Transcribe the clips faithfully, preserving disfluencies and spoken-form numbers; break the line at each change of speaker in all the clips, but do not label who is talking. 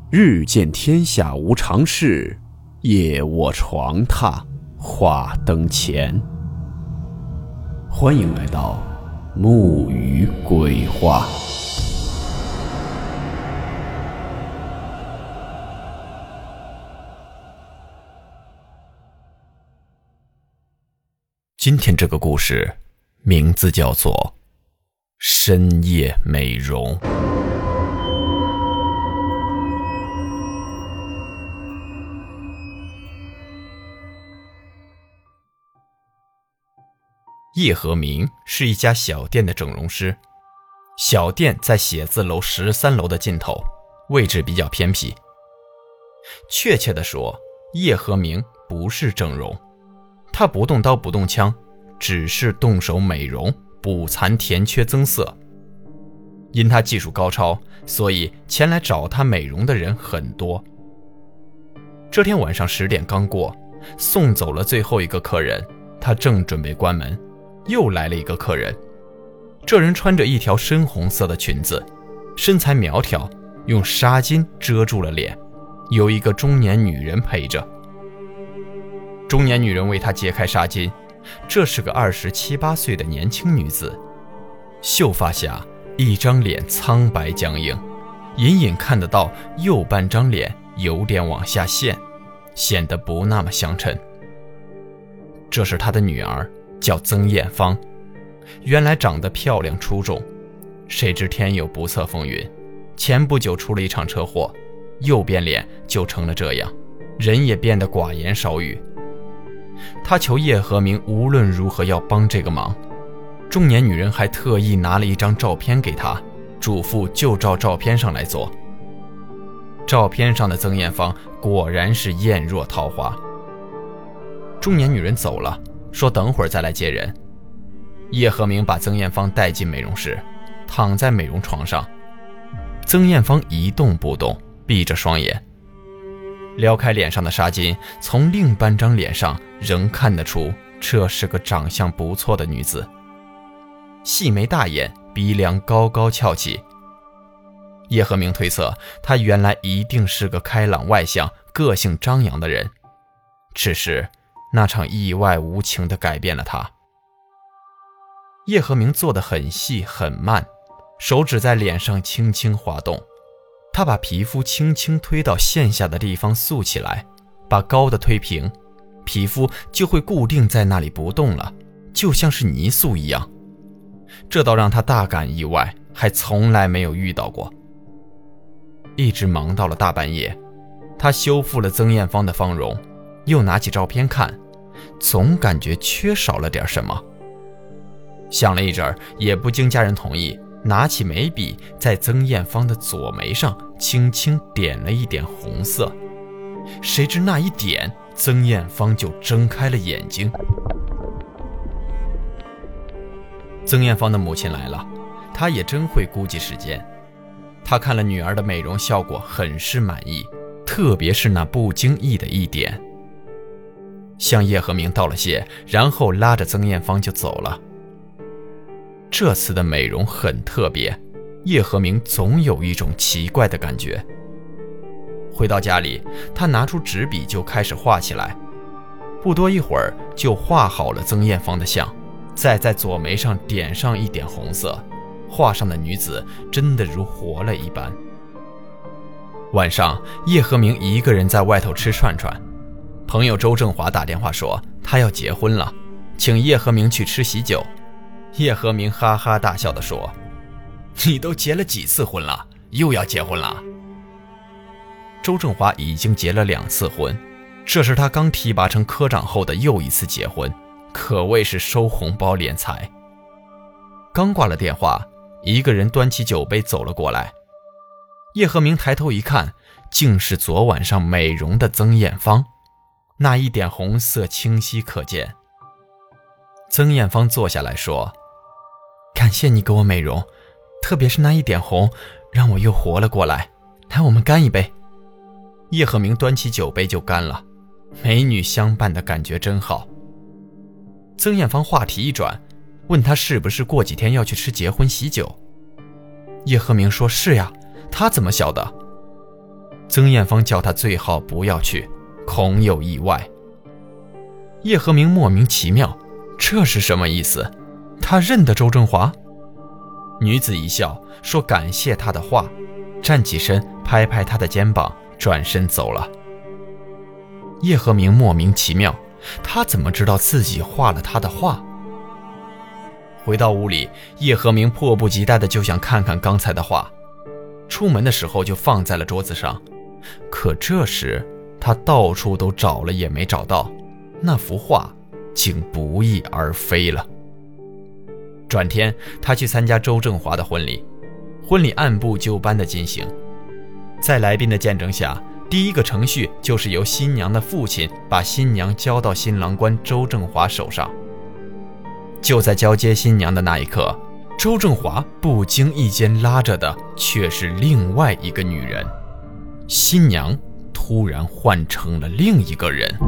日见天下无常事，夜卧床榻话灯前。欢迎来到木鱼鬼话。今天这个故事名字叫做深夜美容。叶和明是一家小店的整容师，小店在写字楼十三楼的尽头，位置比较偏僻。确切地说，叶和明不是整容，他不动刀不动枪，只是动手美容，补残填缺增色。因他技术高超，所以前来找他美容的人很多。这天晚上十点刚过，送走了最后一个客人，他正准备关门，又来了一个客人。这人穿着一条深红色的裙子，身材苗条，用纱巾遮住了脸，有一个中年女人陪着。中年女人为他揭开纱巾，这是个二十七八岁的年轻女子，秀发下一张脸苍白僵硬，隐隐看得到右半张脸有点往下陷，显得不那么相称。这是她的女儿，叫曾艳芳，原来长得漂亮出众，谁知天有不测风云，前不久出了一场车祸，右边脸就成了这样，人也变得寡言少语。他求叶和明无论如何要帮这个忙，中年女人还特意拿了一张照片给他，嘱咐就照照片上来做。照片上的曾艳芳果然是艳若桃花。中年女人走了，说等会儿再来接人。叶和明把曾艳芳带进美容室，躺在美容床上。曾艳芳一动不动，闭着双眼，撩开脸上的纱巾，从另半张脸上仍看得出这是个长相不错的女子，细眉大眼，鼻梁高高翘起。叶和明推测，她原来一定是个开朗外向、个性张扬的人，只是那场意外无情地改变了她。叶和明做得很细很慢，手指在脸上轻轻滑动，他把皮肤轻轻推到线下的地方竖起来，把高的推平，皮肤就会固定在那里不动了，就像是泥塑一样。这倒让他大感意外，还从来没有遇到过。一直忙到了大半夜，他修复了曾艳芳的芳容，又拿起照片看，总感觉缺少了点什么。想了一阵儿，也不经家人同意，拿起眉笔在曾艳芳的左眉上轻轻点了一点红色。谁知那一点，曾艳芳就睁开了眼睛。曾艳芳的母亲来了，她也真会估计时间。她看了女儿的美容效果，很是满意，特别是那不经意的一点。向叶和明道了谢，然后拉着曾艳芳就走了。这次的美容很特别，叶和明总有一种奇怪的感觉。回到家里，他拿出纸笔就开始画起来，不多一会儿就画好了曾艳芳的像，再在左眉上点上一点红色，画上的女子真的如活了一般。晚上，叶和明一个人在外头吃串串，朋友周正华打电话说他要结婚了，请叶和明去吃喜酒。叶和明哈哈大笑地说：“你都结了几次婚了，又要结婚了？”周正华已经结了两次婚，这是他刚提拔成科长后的又一次结婚，可谓是收红包敛财。刚挂了电话，一个人端起酒杯走了过来。叶和明抬头一看，竟是昨晚上美容的曾艳芳，那一点红色清晰可见。曾艳芳坐下来说：“感谢你给我美容，特别是那一点红，让我又活了过来。来，我们干一杯。”叶和明端起酒杯就干了，美女相伴的感觉真好。曾艳芳话题一转，问他是不是过几天要去吃结婚喜酒。叶和明说是呀，他怎么晓得？ 曾艳芳叫他最好不要去，恐有意外。叶和明莫名其妙，这是什么意思？他认得周正华？女子一笑，说感谢他的话，站起身拍拍他的肩膀，转身走了。叶和明莫名其妙，他怎么知道自己画了他的画？回到屋里，叶和明迫不及待的就想看看刚才的画，出门的时候就放在了桌子上，可这时他到处都找了也没找到，那幅画竟不翼而飞了。转天他去参加周正华的婚礼，婚礼按部就班的进行，在来宾的见证下，第一个程序就是由新娘的父亲把新娘交到新郎官周正华手上。就在交接新娘的那一刻，周正华不经意间拉着的却是另外一个女人，新娘突然换成了另一个人。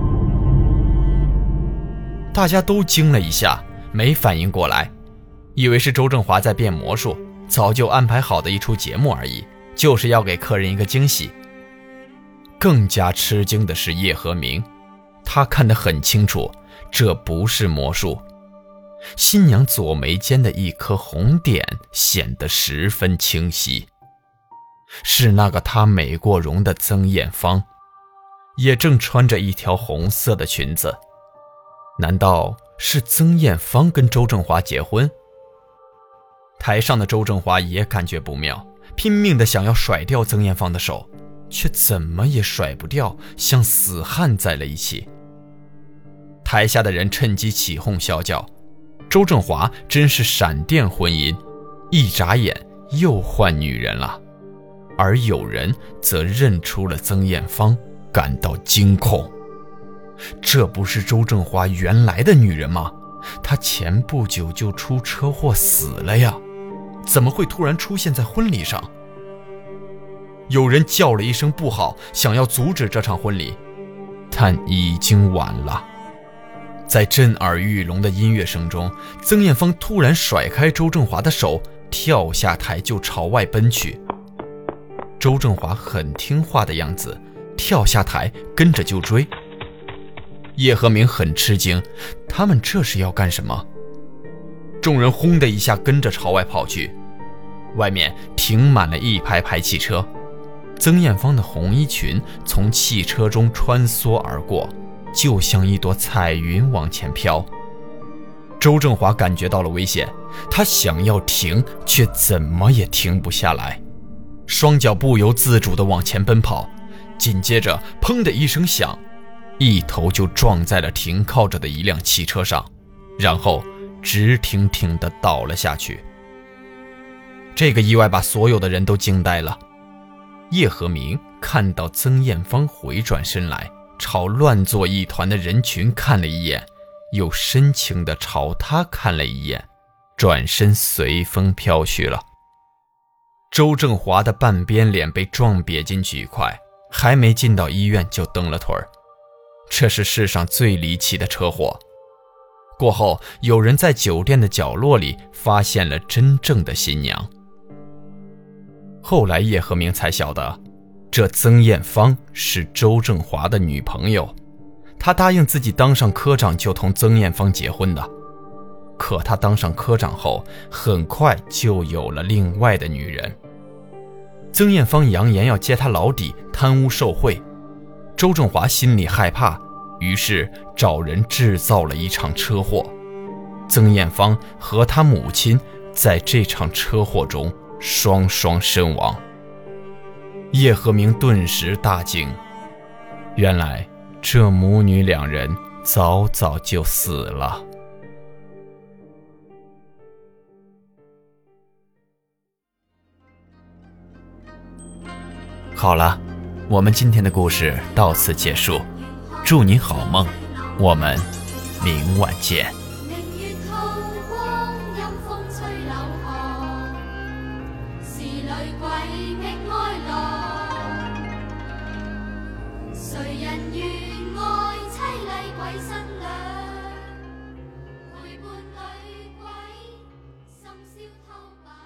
大家都惊了一下，没反应过来，以为是周正华在变魔术，早就安排好的一出节目而已，就是要给客人一个惊喜。更加吃惊的是叶和明，他看得很清楚，这不是魔术。新娘左眉间的一颗红点显得十分清晰，是那个她美过容的曾艳芳，也正穿着一条红色的裙子。难道是曾艳芳跟周正华结婚？台上的周正华也感觉不妙，拼命地想要甩掉曾艳芳的手，却怎么也甩不掉，像死焊在了一起。台下的人趁机起哄笑叫，周正华真是闪电婚姻，一眨眼又换女人了。而有人则认出了曾艳芳，感到惊恐。这不是周正华原来的女人吗？她前不久就出车祸死了呀，怎么会突然出现在婚礼上？有人叫了一声不好，想要阻止这场婚礼，但已经晚了。在震耳欲聋的音乐声中，曾艳芳突然甩开周正华的手，跳下台就朝外奔去。周正华很听话的样子，跳下台跟着就追。叶和明很吃惊，他们这是要干什么？众人轰的一下跟着朝外跑去，外面停满了一排排汽车，曾艳芳的红衣裙从汽车中穿梭而过，就像一朵彩云往前飘。周正华感觉到了危险，他想要停，却怎么也停不下来，双脚不由自主地往前奔跑，紧接着砰的一声响，一头就撞在了停靠着的一辆汽车上，然后直挺挺地倒了下去。这个意外把所有的人都惊呆了。叶和明看到曾艳芳回转身来，朝乱作一团的人群看了一眼，又深情地朝他看了一眼，转身随风飘去了。周正华的半边脸被撞瘪进去一块，还没进到医院就蹬了腿儿。这是世上最离奇的车祸。过后，有人在酒店的角落里发现了真正的新娘。后来叶和明才晓得，这曾艳芳是周正华的女朋友，他答应自己当上科长就同曾艳芳结婚的。可他当上科长后，很快就有了另外的女人。曾艳芳扬言要揭他老底，贪污受贿。周正华心里害怕，于是找人制造了一场车祸。曾艳芳和他母亲在这场车祸中双双身亡。叶和明顿时大惊，原来这母女两人早早就死了。好了，我们今天的故事到此结束，祝你好梦，我们明晚见。
谁人愿爱凄厉鬼新娘，陪伴女鬼，深宵偷白。